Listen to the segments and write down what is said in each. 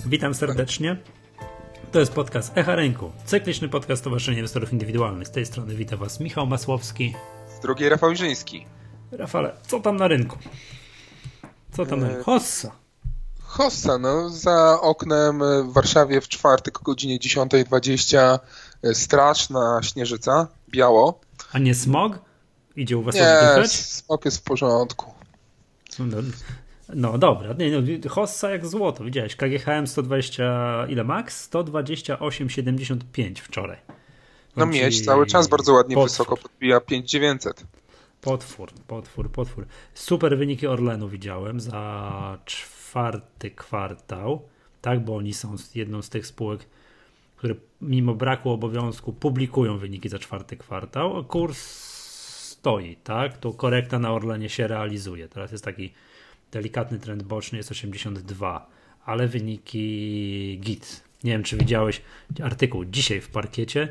Witam serdecznie. To jest podcast Echa Rynku, cykliczny podcast Stowarzyszenia Inwestorów Indywidualnych. Z tej strony witam Was Michał Masłowski. Z drugiej Rafał Iżyński. Rafale, co tam na rynku? Co tam na rynku? Hossa, no za oknem w Warszawie w czwartek o godzinie 10:20 straszna śnieżyca, biało. A nie smog? Idzie u Was nie, oddychać? Smog jest w porządku. No dobra, hossa jak złoto, widziałeś, KGHM 120, ile max? 128,75 wczoraj. No miedź cały czas bardzo ładnie wysoko podbija 5,900. Potwór. Super wyniki Orlenu widziałem za czwarty kwartał, tak, bo oni są jedną z tych spółek, które mimo braku obowiązku publikują wyniki za czwarty kwartał. Kurs stoi, tak, tu korekta na Orlenie się realizuje. Teraz jest taki delikatny trend boczny, jest 82, ale wyniki git. Nie wiem, czy widziałeś artykuł dzisiaj w Parkiecie.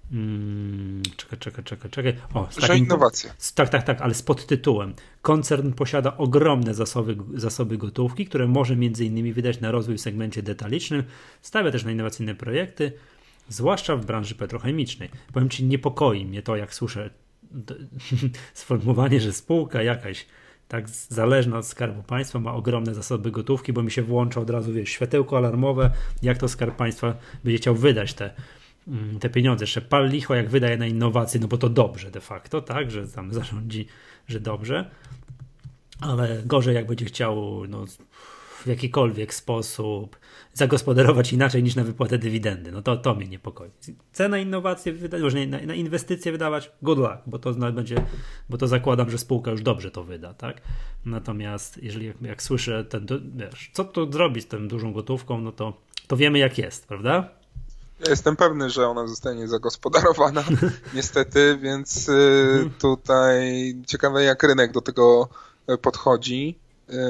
Czekaj. Że innowacje. Tak, ale z podtytułem: koncern posiada ogromne zasoby gotówki, które może m.in. wydać na rozwój w segmencie detalicznym. Stawia też na innowacyjne projekty, zwłaszcza w branży petrochemicznej. Powiem Ci, niepokoi mnie to, jak słyszę sformułowanie, że spółka jakaś tak zależna od Skarbu Państwa ma ogromne zasoby gotówki, bo mi się włącza od razu, światełko alarmowe, jak to Skarb Państwa będzie chciał wydać te pieniądze. Jeszcze pal licho, jak wydaje na innowacje, no bo to dobrze de facto, tak, że tam zarządzi, że dobrze, ale gorzej, jak będzie chciał w jakikolwiek sposób zagospodarować inaczej niż na wypłatę dywidendy. No to mnie niepokoi. Cena innowacje wydać, może na inwestycje wydawać, good luck, bo to zakładam, że spółka już dobrze to wyda, tak? Natomiast jeżeli jak słyszę, co tu zrobić z tą dużą gotówką, no to wiemy, jak jest, prawda? Ja jestem pewny, że ona zostanie zagospodarowana, niestety, więc tutaj ciekawe, jak rynek do tego podchodzi,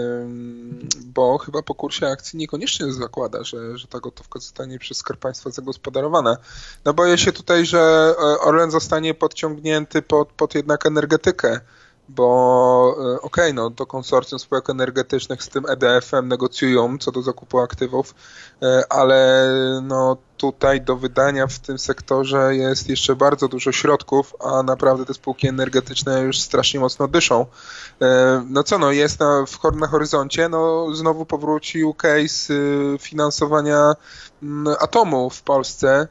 bo chyba po kursie akcji niekoniecznie zakłada, że ta gotówka zostanie przez Skarb Państwa zagospodarowana. No boję się tutaj, że Orlen zostanie podciągnięty pod jednak energetykę, bo to konsorcjum spółek energetycznych z tym EDF-em negocjują co do zakupu aktywów, ale tutaj do wydania w tym sektorze jest jeszcze bardzo dużo środków, a naprawdę te spółki energetyczne już strasznie mocno dyszą. Jest na horyzoncie, znowu powrócił case finansowania atomu w Polsce.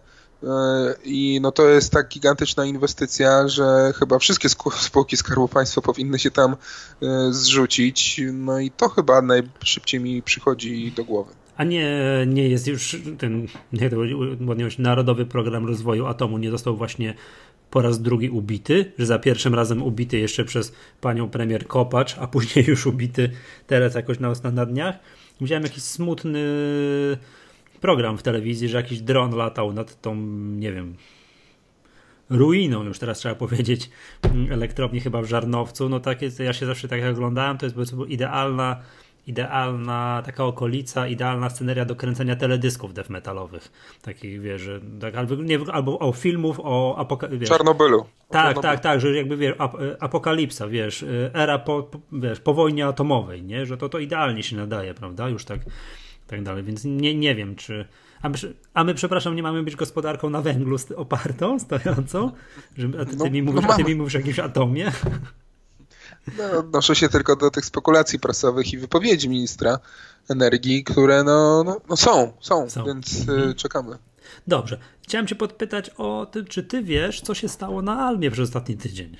I to jest tak gigantyczna inwestycja, że chyba wszystkie spółki Skarbu Państwa powinny się tam zrzucić. No i to chyba najszybciej mi przychodzi do głowy. A nie jest już ten, jak to powiedzieć, Narodowy Program Rozwoju Atomu nie został właśnie po raz drugi ubity, że za pierwszym razem ubity jeszcze przez panią premier Kopacz, a później już ubity teraz jakoś na dniach. Widziałem jakiś smutny program w telewizji, że jakiś dron latał nad tą, nie wiem, ruiną, już teraz trzeba powiedzieć, elektrowni chyba w Żarnowcu. Ja się zawsze tak oglądałem, to jest idealna taka okolica, idealna sceneria do kręcenia teledysków death metalowych. Takich, że tak, albo filmów o Czarnobylu. Tak, że jakby apokalipsa, era po wojnie atomowej, nie? Że to idealnie się nadaje, prawda? Już tak dalej, więc nie wiem, czy... A my, przepraszam, nie mamy być gospodarką na węglu opartą, stojącą? Ty mi mówisz o jakimś atomie? Odnoszę się tylko do tych spekulacji prasowych i wypowiedzi ministra energii, które są, więc czekamy. Dobrze. Chciałem cię podpytać czy ty wiesz, co się stało na Almie przez ostatni tydzień?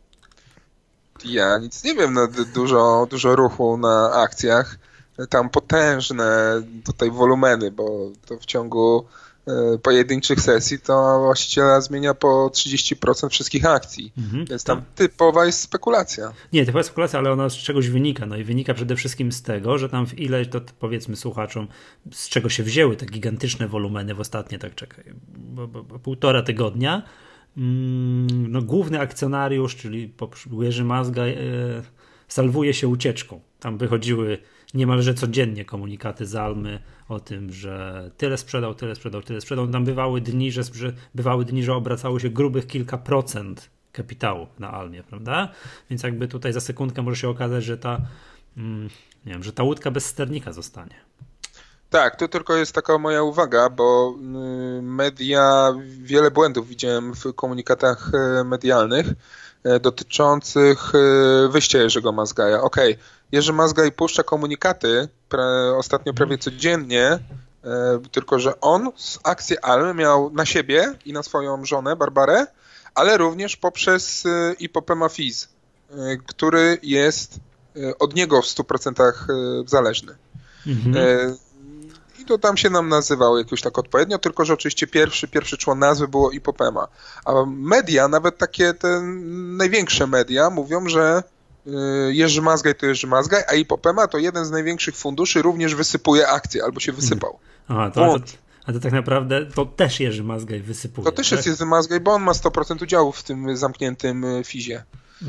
Ja nic nie wiem, dużo ruchu na akcjach. Tam potężne tutaj wolumeny, bo to w ciągu pojedynczych sesji to właściciela zmienia po 30% wszystkich akcji. Więc tam typowa jest spekulacja. Nie, typowa jest spekulacja, ale ona z czegoś wynika. No i wynika przede wszystkim z tego, że tam w ileś, to powiedzmy słuchaczom, z czego się wzięły te gigantyczne wolumeny w ostatnie, półtora tygodnia. Główny akcjonariusz, czyli Jerzy Mazga, salwuje się ucieczką. Tam wychodziły niemalże codziennie komunikaty z Almy o tym, że tyle sprzedał. Tam bywały dni, że obracało się grubych kilka procent kapitału na Almie, prawda? Więc jakby tutaj za sekundkę może się okazać, że ta łódka bez sternika zostanie. Tak, to tylko jest taka moja uwaga, bo media, wiele błędów widziałem w komunikatach medialnych dotyczących wyjścia Jerzego Mazgaja. Okej, Jerzy Mazgaj puszcza komunikaty ostatnio prawie codziennie, tylko że on z akcji Almy miał na siebie i na swoją żonę Barbarę, ale również poprzez Ipopema Fizz, który jest od niego w 100% zależny. I to tam się nam nazywało jakoś tak odpowiednio, tylko że oczywiście pierwszy człon nazwy było Ipopema. A media, nawet takie te największe media mówią, że Jerzy Mazgaj to Jerzy Mazgaj, a Ipopema to jeden z największych funduszy również wysypuje akcje, albo się wysypał. Aha, a to tak naprawdę to też Jerzy Mazgaj wysypuje. To też jest Jerzy Mazgaj, bo on ma 100% udziałów w tym zamkniętym Fizie.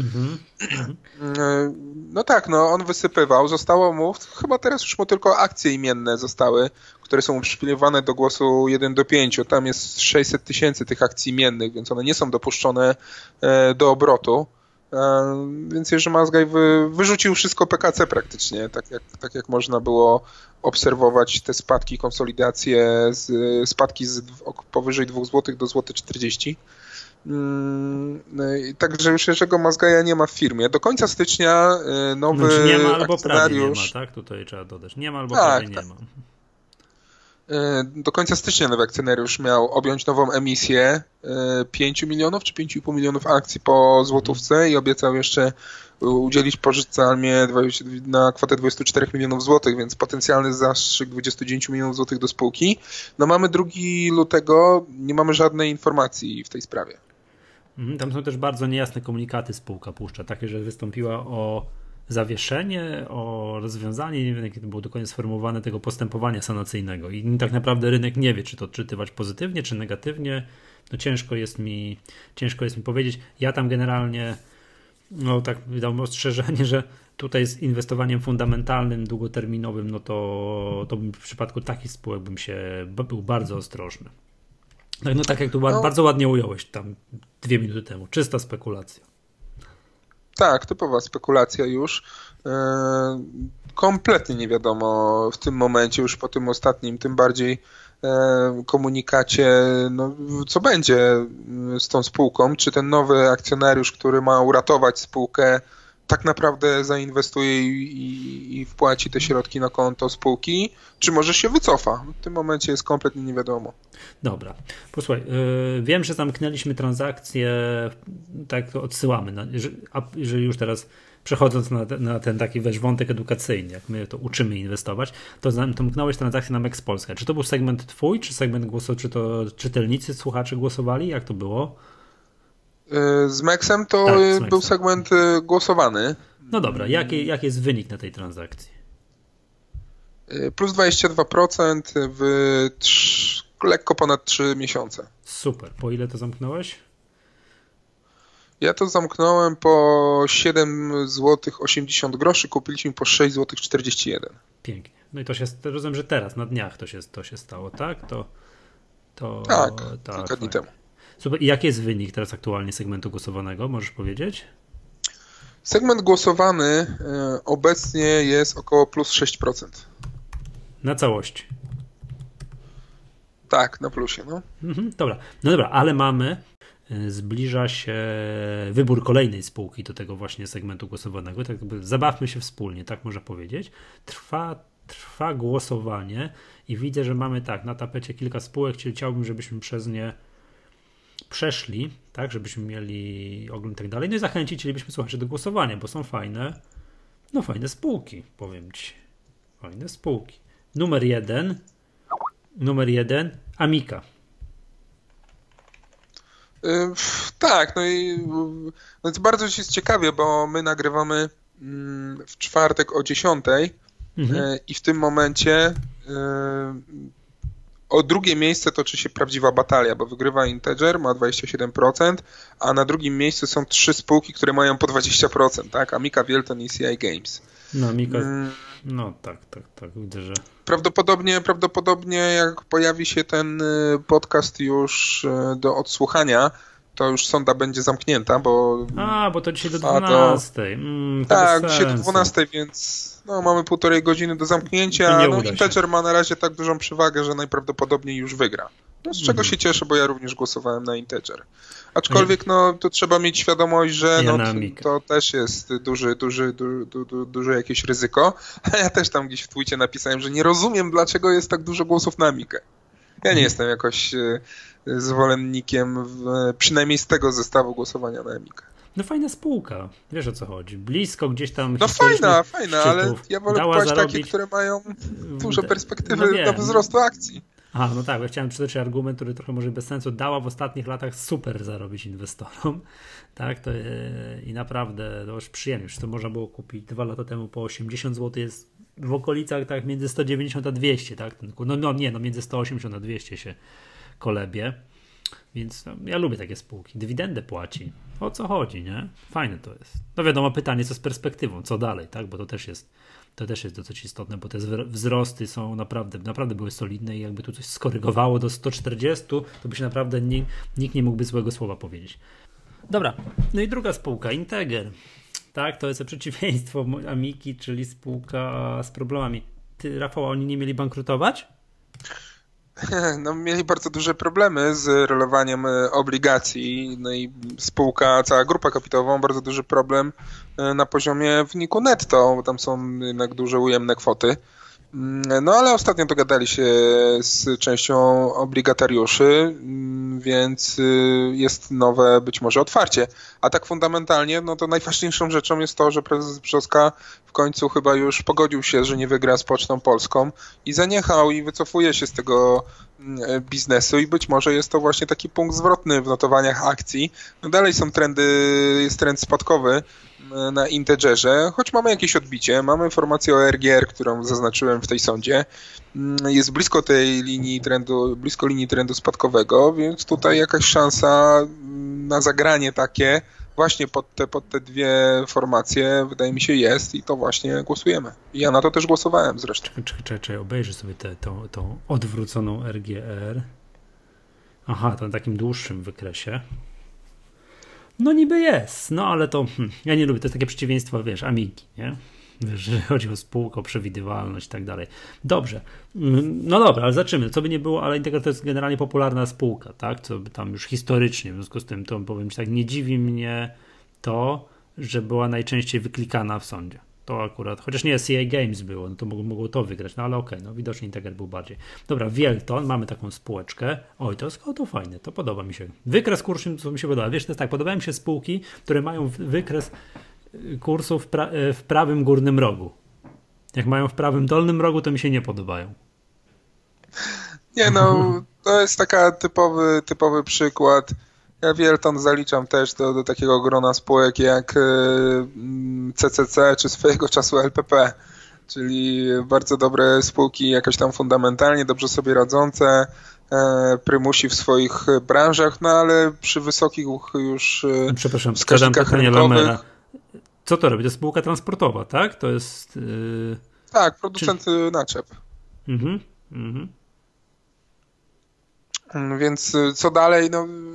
No tak, on wysypywał, zostało mu, chyba teraz już mu tylko akcje imienne zostały, które są przypisywane do głosu 1:5. Tam jest 600 000 tych akcji imiennych, więc one nie są dopuszczone do obrotu. Więc Jerzy Mazgaj wyrzucił wszystko PKC praktycznie, tak jak można było obserwować te spadki, konsolidacje, spadki z powyżej 2 zł do 40 zł. Także już Jerzego Mazgaja nie ma w firmie. Do końca stycznia nowy nie ma albo akcjonariusz... nie ma, tak? Tutaj trzeba dodać. Nie ma albo prawie nie ma. Do końca stycznia nowy akcjonariusz miał objąć nową emisję 5 milionów czy 5,5 milionów akcji po złotówce i obiecał jeszcze udzielić pożyczce Almie na kwotę 24 milionów złotych, więc potencjalny zastrzyk 29 milionów złotych do spółki. Mamy 2 lutego, nie mamy żadnej informacji w tej sprawie. Tam są też bardzo niejasne komunikaty spółka puszcza, takie, że wystąpiła o zawieszenie, o rozwiązanie, nie wiem jakie to było dokładnie sformułowane, tego postępowania sanacyjnego i tak naprawdę rynek nie wie, czy to odczytywać pozytywnie, czy negatywnie. Ciężko jest mi powiedzieć. Ja tam generalnie tak dam ostrzeżenie, że tutaj z inwestowaniem fundamentalnym, długoterminowym, to w przypadku takich spółek był bardzo ostrożny. Tak jak tu bardzo ładnie ująłeś tam 2 minuty temu. Czysta spekulacja. Tak, typowa spekulacja już. Kompletnie nie wiadomo w tym momencie, już po tym ostatnim, tym bardziej komunikacie, co będzie z tą spółką. Czy ten nowy akcjonariusz, który ma uratować spółkę, tak naprawdę zainwestuje i wpłaci te środki na konto spółki, czy może się wycofa. W tym momencie jest kompletnie nie wiadomo. Dobra, posłuchaj, wiem, że zamknęliśmy transakcję, tak odsyłamy, jeżeli już teraz przechodząc na ten taki wątek edukacyjny, jak my to uczymy inwestować, to zamknąłeś transakcję na Mex Polska. Czy to był segment twój, czy segment głosowy, czy to czytelnicy, słuchacze głosowali? Jak to było? Z Mexem to był segment głosowany. No dobra, jaki jest wynik na tej transakcji? Plus 22% w lekko ponad 3 miesiące. Super. Po ile to zamknąłeś? Ja to zamknąłem po 7 zł 80 groszy, kupiliśmy po 6 zł 41. Pięknie. No i to się, rozumiem, że teraz, na dniach to się stało, tak? Tak, kilka dni temu. Super. I jaki jest wynik teraz aktualnie segmentu głosowanego? Możesz powiedzieć? Segment głosowany obecnie jest około plus 6%. Na całości? Tak, na plusie. Dobra, ale zbliża się wybór kolejnej spółki do tego właśnie segmentu głosowanego. Tak jakby zabawmy się wspólnie, tak można powiedzieć. Trwa głosowanie i widzę, że mamy na tapecie kilka spółek, czyli chciałbym, żebyśmy przez nie przeszli, tak, żebyśmy mieli ogląd i tak dalej. No i chcielibyśmy słuchaczy do głosowania, bo są fajne spółki, powiem ci. Fajne spółki. Numer jeden Amica. Tak, więc bardzo jest ciekawie, bo my nagrywamy w czwartek o 10:00 i w tym momencie o drugie miejsce toczy się prawdziwa batalia, bo wygrywa Integer, ma 27%, a na drugim miejscu są 3 spółki, które mają po 20%, tak? Amica, Wielton i CI Games. Amica, tak, widzę, że... Prawdopodobnie jak pojawi się ten podcast już do odsłuchania, to już sonda będzie zamknięta, bo... bo to dzisiaj do 12. Tak, dzisiaj do 12, więc mamy 1,5 godziny do zamknięcia. Integer ma na razie tak dużą przewagę, że najprawdopodobniej już wygra. Z czego się cieszę, bo ja również głosowałem na Integer. Aczkolwiek to trzeba mieć świadomość, że to też jest duże jakieś ryzyko. A ja też tam gdzieś w tweetie napisałem, że nie rozumiem, dlaczego jest tak dużo głosów na Amikę. Ja nie jestem jakoś zwolennikiem przynajmniej z tego zestawu głosowania na Amikę. Fajna spółka, wiesz o co chodzi. Blisko gdzieś tam... fajna, ale ja wolę kupować takie, które mają duże perspektywy do wzrostu akcji. Tak, ja chciałem przytoczyć argument, który trochę może bez sensu. Dała w ostatnich latach super zarobić inwestorom, tak, i naprawdę to już przyjemnie, to można było kupić 2 lata temu po 80 zł, jest w okolicach tak między 190 a 200, tak, między 180 a 200 się kolebie, więc ja lubię takie spółki, dywidendę płaci, o co chodzi, nie? Fajne to jest. Wiadomo, pytanie co z perspektywą, co dalej, tak, bo to też jest dosyć istotne, bo te wzrosty są naprawdę były solidne i jakby tu coś skorygowało do 140, to by się naprawdę nikt nie mógłby złego słowa powiedzieć. Dobra, i druga spółka, Integer. Tak, to jest przeciwieństwo Amiki, czyli spółka z problemami. Ty, Rafał, oni nie mieli bankrutować? Mieli bardzo duże problemy z rolowaniem obligacji, i spółka, cała grupa kapitałowa ma bardzo duży problem na poziomie wyniku netto, bo tam są jednak duże ujemne kwoty. Ale ostatnio dogadali się z częścią obligatariuszy, więc jest nowe być może otwarcie. A tak fundamentalnie, to najważniejszą rzeczą jest to, że prezes Brzoska w końcu chyba już pogodził się, że nie wygra z Pocztą Polską i zaniechał i wycofuje się z tego biznesu i być może jest to właśnie taki punkt zwrotny w notowaniach akcji. Dalej jest trend spadkowy na Integerze, choć mamy jakieś odbicie, mamy informację o RGR, którą zaznaczyłem w tej sondzie, jest blisko tej linii trendu spadkowego, więc tutaj jakaś szansa na zagranie takie właśnie pod te dwie formacje wydaje mi się jest i to właśnie głosujemy. I ja na to też głosowałem zresztą. Czekaj, obejrzę sobie tą odwróconą RGR. Aha, to na takim dłuższym wykresie. Niby jest, ale to ja nie lubię, to jest takie przeciwieństwo, Amiki, nie? Że chodzi o spółkę, o przewidywalność i tak dalej. Dobrze, dobra, ale zaczynamy. Co by nie było, ale Integer to jest generalnie popularna spółka, tak? Co by tam już historycznie, w związku z tym to powiem ci tak, nie dziwi mnie to, że była najczęściej wyklikana w sądzie. To akurat, chociaż nie CA Games było, to mogło to wygrać, ale okej, widocznie Integer był bardziej. Dobra, Wielton, mamy taką spółeczkę. To fajne, to podoba mi się. Wykres kursu, co mi się podoba. Wiesz, to jest tak, podobają mi się spółki, które mają wykres kursu w prawym górnym rogu. Jak mają w prawym dolnym rogu, to mi się nie podobają. Nie to jest taka typowy przykład. Ja Wielton zaliczam też do takiego grona spółek jak CCC czy swojego czasu LPP, czyli bardzo dobre spółki, jakoś tam fundamentalnie dobrze sobie radzące, prymusi w swoich branżach, ale przy wysokich już wskaźnikach rynkowych. Co to robi? To jest spółka transportowa, tak? To jest... Tak, producent naczep. Więc co dalej?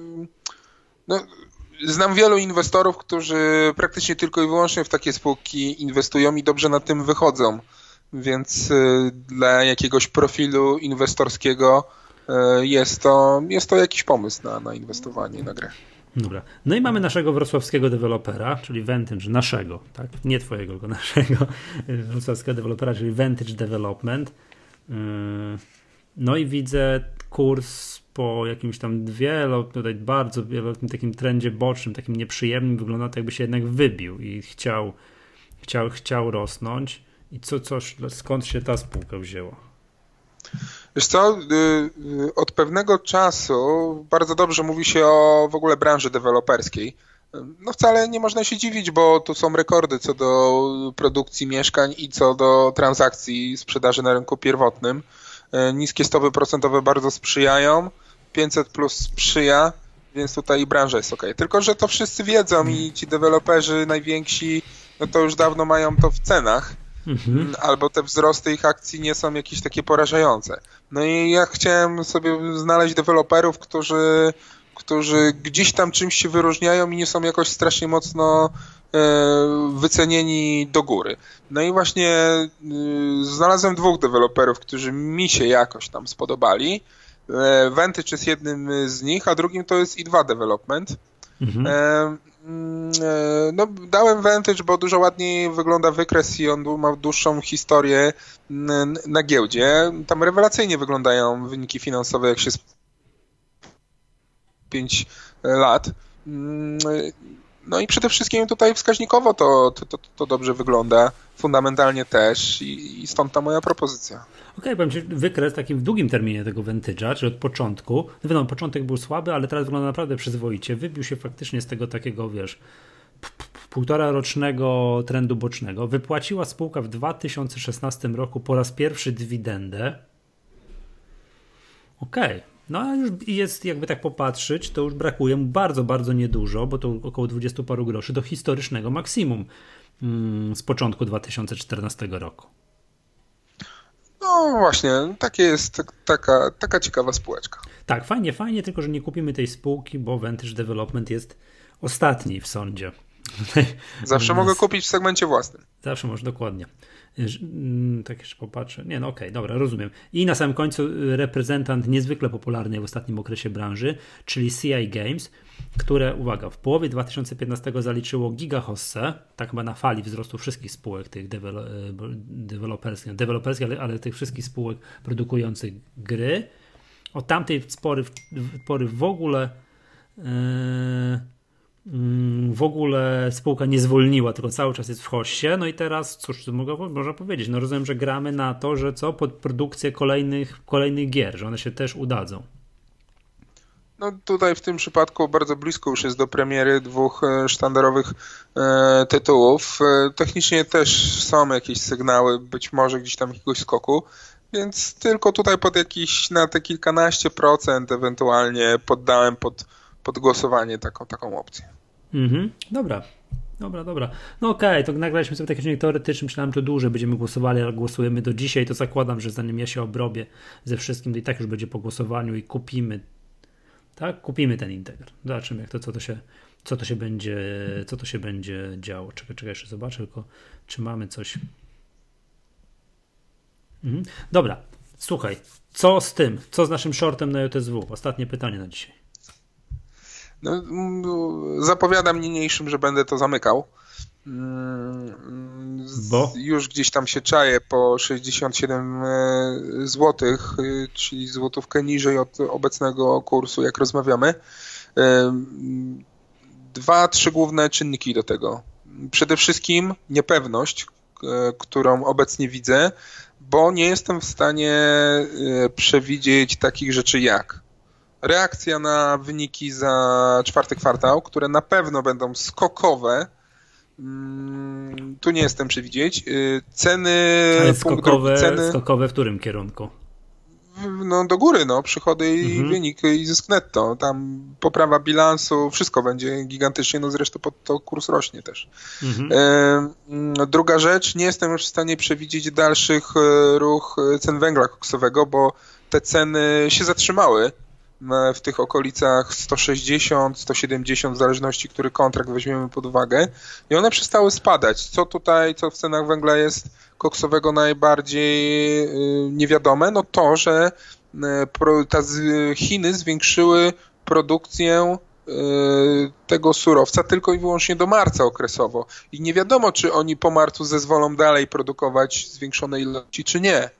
Znam wielu inwestorów, którzy praktycznie tylko i wyłącznie w takie spółki inwestują i dobrze na tym wychodzą. Więc dla jakiegoś profilu inwestorskiego jest to jakiś pomysł na inwestowanie na grę. Dobra. I mamy naszego wrocławskiego dewelopera, czyli Vantage, naszego, tak? Nie twojego, tylko naszego wrocławskiego dewelopera, czyli Vantage Development. I widzę kurs po jakimś tam tutaj bardzo wieloletnim takim trendzie bocznym, takim nieprzyjemnym, wygląda to jakby się jednak wybił i chciał rosnąć. I skąd się ta spółka wzięła? Wiesz co, od pewnego czasu bardzo dobrze mówi się o w ogóle branży deweloperskiej. Wcale nie można się dziwić, bo tu są rekordy co do produkcji mieszkań i co do transakcji sprzedaży na rynku pierwotnym. Niskie stopy procentowe bardzo sprzyjają, 500 plus sprzyja, więc tutaj branża jest okej. Tylko że to wszyscy wiedzą i ci deweloperzy najwięksi, to już dawno mają to w cenach. Albo te wzrosty ich akcji nie są jakieś takie porażające. I ja chciałem sobie znaleźć deweloperów, którzy gdzieś tam czymś się wyróżniają i nie są jakoś strasznie mocno wycenieni do góry. No i właśnie znalazłem 2 deweloperów, którzy mi się jakoś tam spodobali. Vantage jest jednym z nich, a drugim to jest i2 Development. No, dałem Vantage, bo dużo łagodniej wygląda wykres i on ma dłuższą historię na giełdzie. Tam rewelacyjnie wyglądają wyniki finansowe, jak się 5 lat. No i przede wszystkim tutaj wskaźnikowo to dobrze wygląda, fundamentalnie też i stąd ta moja propozycja. Okej, powiem ci, wykres takim w długim terminie tego Vantage'a, czyli od początku, no wiadomo, początek był słaby, ale teraz wygląda naprawdę przyzwoicie. Wybił się faktycznie z tego takiego, wiesz, 1,5 rocznego trendu bocznego. Wypłaciła spółka w 2016 roku po raz pierwszy dywidendę. Okej. No a już jest, jakby tak popatrzeć, to już brakuje mu bardzo, bardzo niedużo, bo to około 20 paru groszy do historycznego maksimum z początku 2014 roku. No właśnie, takie jest taka ciekawa spółeczka. Tak, fajnie, tylko że nie kupimy tej spółki, bo Vantage Development jest ostatni w sądzie. Zawsze mogę kupić w segmencie własnym. Zawsze może, dokładnie. Tak jeszcze popatrzę. Nie, no okej, dobra, rozumiem. I na samym końcu reprezentant niezwykle popularnej w ostatnim okresie branży, czyli CI Games, które, uwaga, w połowie 2015 zaliczyło gigahossę, tak chyba na fali wzrostu wszystkich spółek tych deweloperskich, ale tych wszystkich spółek produkujących gry. Od tamtej pory w ogóle spółka nie zwolniła, tylko cały czas jest w hossie. No i teraz, cóż tu można powiedzieć? No rozumiem, że gramy na to, że pod produkcję kolejnych gier, że one się też udadzą. No tutaj w tym przypadku bardzo blisko już jest do premiery 2 sztandarowych tytułów. Technicznie też są jakieś sygnały, być może gdzieś tam jakiegoś skoku, więc tylko tutaj na te kilkanaście procent ewentualnie poddałem pod głosowanie taką opcję. Dobra. No okej, to nagraliśmy sobie taki odcinek teoretyczny, myślałem, że dłużej będziemy głosowali, ale głosujemy do dzisiaj, to zakładam, że zanim ja się obrobię ze wszystkim, to i tak już będzie po głosowaniu i kupimy ten Integer. Zobaczymy, co to się będzie działo. Czekaj, jeszcze zobaczę tylko, czy mamy coś. Dobra, słuchaj, co z tym? Co z naszym shortem na JSW? Ostatnie pytanie na dzisiaj. No, zapowiadam niniejszym, że będę to zamykał. Już gdzieś tam się czaję po 67 zł, czyli złotówkę niżej od obecnego kursu, jak rozmawiamy. 2-3 główne czynniki do tego. Przede wszystkim niepewność, którą obecnie widzę, bo nie jestem w stanie przewidzieć takich rzeczy jak reakcja na wyniki za 4. kwartał, które na pewno będą skokowe. Tu nie jestem przewidzieć. Ceny... Ale skokowe w którym kierunku? No do góry, przychody i wynik i zysk netto. Tam poprawa bilansu, wszystko będzie gigantycznie, zresztą pod to kurs rośnie też. Druga rzecz, nie jestem już w stanie przewidzieć dalszych ruch cen węgla koksowego, bo te ceny się zatrzymały w tych okolicach 160, 170, w zależności, który kontrakt weźmiemy pod uwagę. I one przestały spadać. Co w cenach węgla jest koksowego najbardziej niewiadome? No to, że Chiny zwiększyły produkcję tego surowca tylko i wyłącznie do marca okresowo. I nie wiadomo, czy oni po marcu zezwolą dalej produkować zwiększone ilości, czy nie.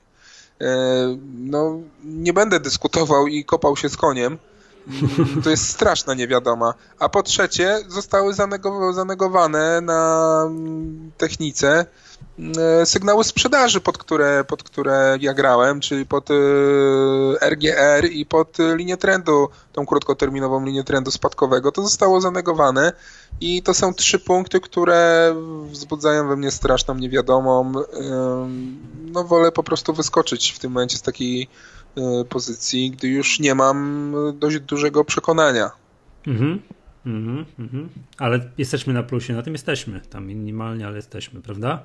Nie będę dyskutował i kopał się z koniem. To jest straszna niewiadoma. A po trzecie, zostały zanegowane na technice sygnały sprzedaży, pod które ja grałem, czyli pod RGR i pod linię trendu, tą krótkoterminową linię trendu spadkowego. To zostało zanegowane i to są 3 punkty, które wzbudzają we mnie straszną niewiadomą. Wolę po prostu wyskoczyć w tym momencie z takiej pozycji, gdy już nie mam dość dużego przekonania. Ale jesteśmy na plusie, na tym jesteśmy. Tam minimalnie, ale jesteśmy, prawda?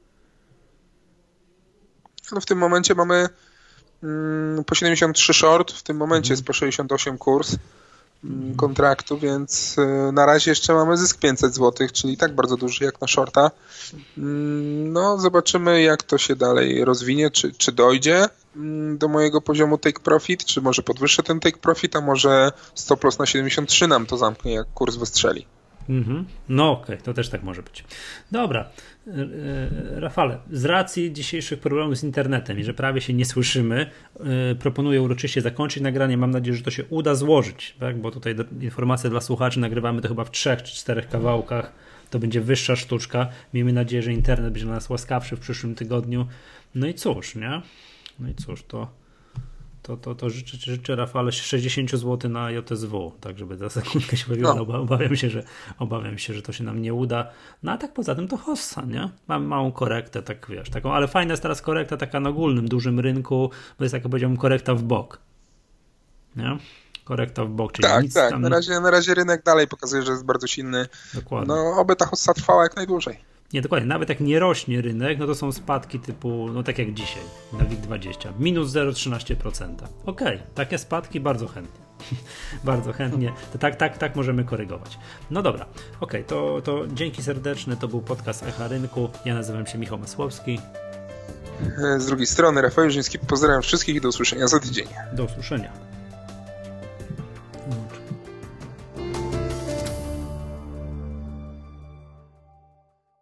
W tym momencie mamy po 73 short, w tym momencie jest po 68 kurs. kontraktu, więc na razie jeszcze mamy zysk 500 zł, czyli tak bardzo duży jak na shorta. No, zobaczymy, jak to się dalej rozwinie, czy dojdzie do mojego poziomu take profit, czy może podwyższę ten take profit, a może stop loss na 73 nam to zamknie, jak kurs wystrzeli. No okej, to też tak może być. Dobra, Rafale, z racji dzisiejszych problemów z internetem i że prawie się nie słyszymy, proponuję uroczyście zakończyć nagranie. Mam nadzieję, że to się uda złożyć, tak? Bo tutaj informacje dla słuchaczy nagrywamy to chyba w 3 czy 4 kawałkach. To będzie wyższa sztuczka. Miejmy nadzieję, że internet będzie dla nas łaskawszy w przyszłym tygodniu. No i cóż, nie? No i cóż, to życzę Rafale 60 zł na JSW, tak żeby za sekundkę się pojawiło. No. Obawiam się, że to się nam nie uda. No a tak poza tym to hossa, nie? Mam małą korektę, tak wiesz, taką, ale fajna jest teraz korekta taka na ogólnym, dużym rynku, bo jest jak powiedziałbym korekta w bok. Nie? Korekta w bok, czyli tak, nic tak. tam... Na razie rynek dalej pokazuje, że jest bardzo silny. Dokładnie. No, oby ta hossa trwała jak najdłużej. Nie, dokładnie. Nawet jak nie rośnie rynek, no to są spadki typu, no tak jak dzisiaj na WIG20. Minus 0,13%. Okej, takie spadki bardzo chętnie. Bardzo chętnie. To tak możemy korygować. No dobra. Okej, to dzięki serdeczne. To był podcast Echa Rynku. Ja nazywam się Michał Masłowski. Z drugiej strony Rafał Jurzyński. Pozdrawiam wszystkich i do usłyszenia za tydzień. Do usłyszenia.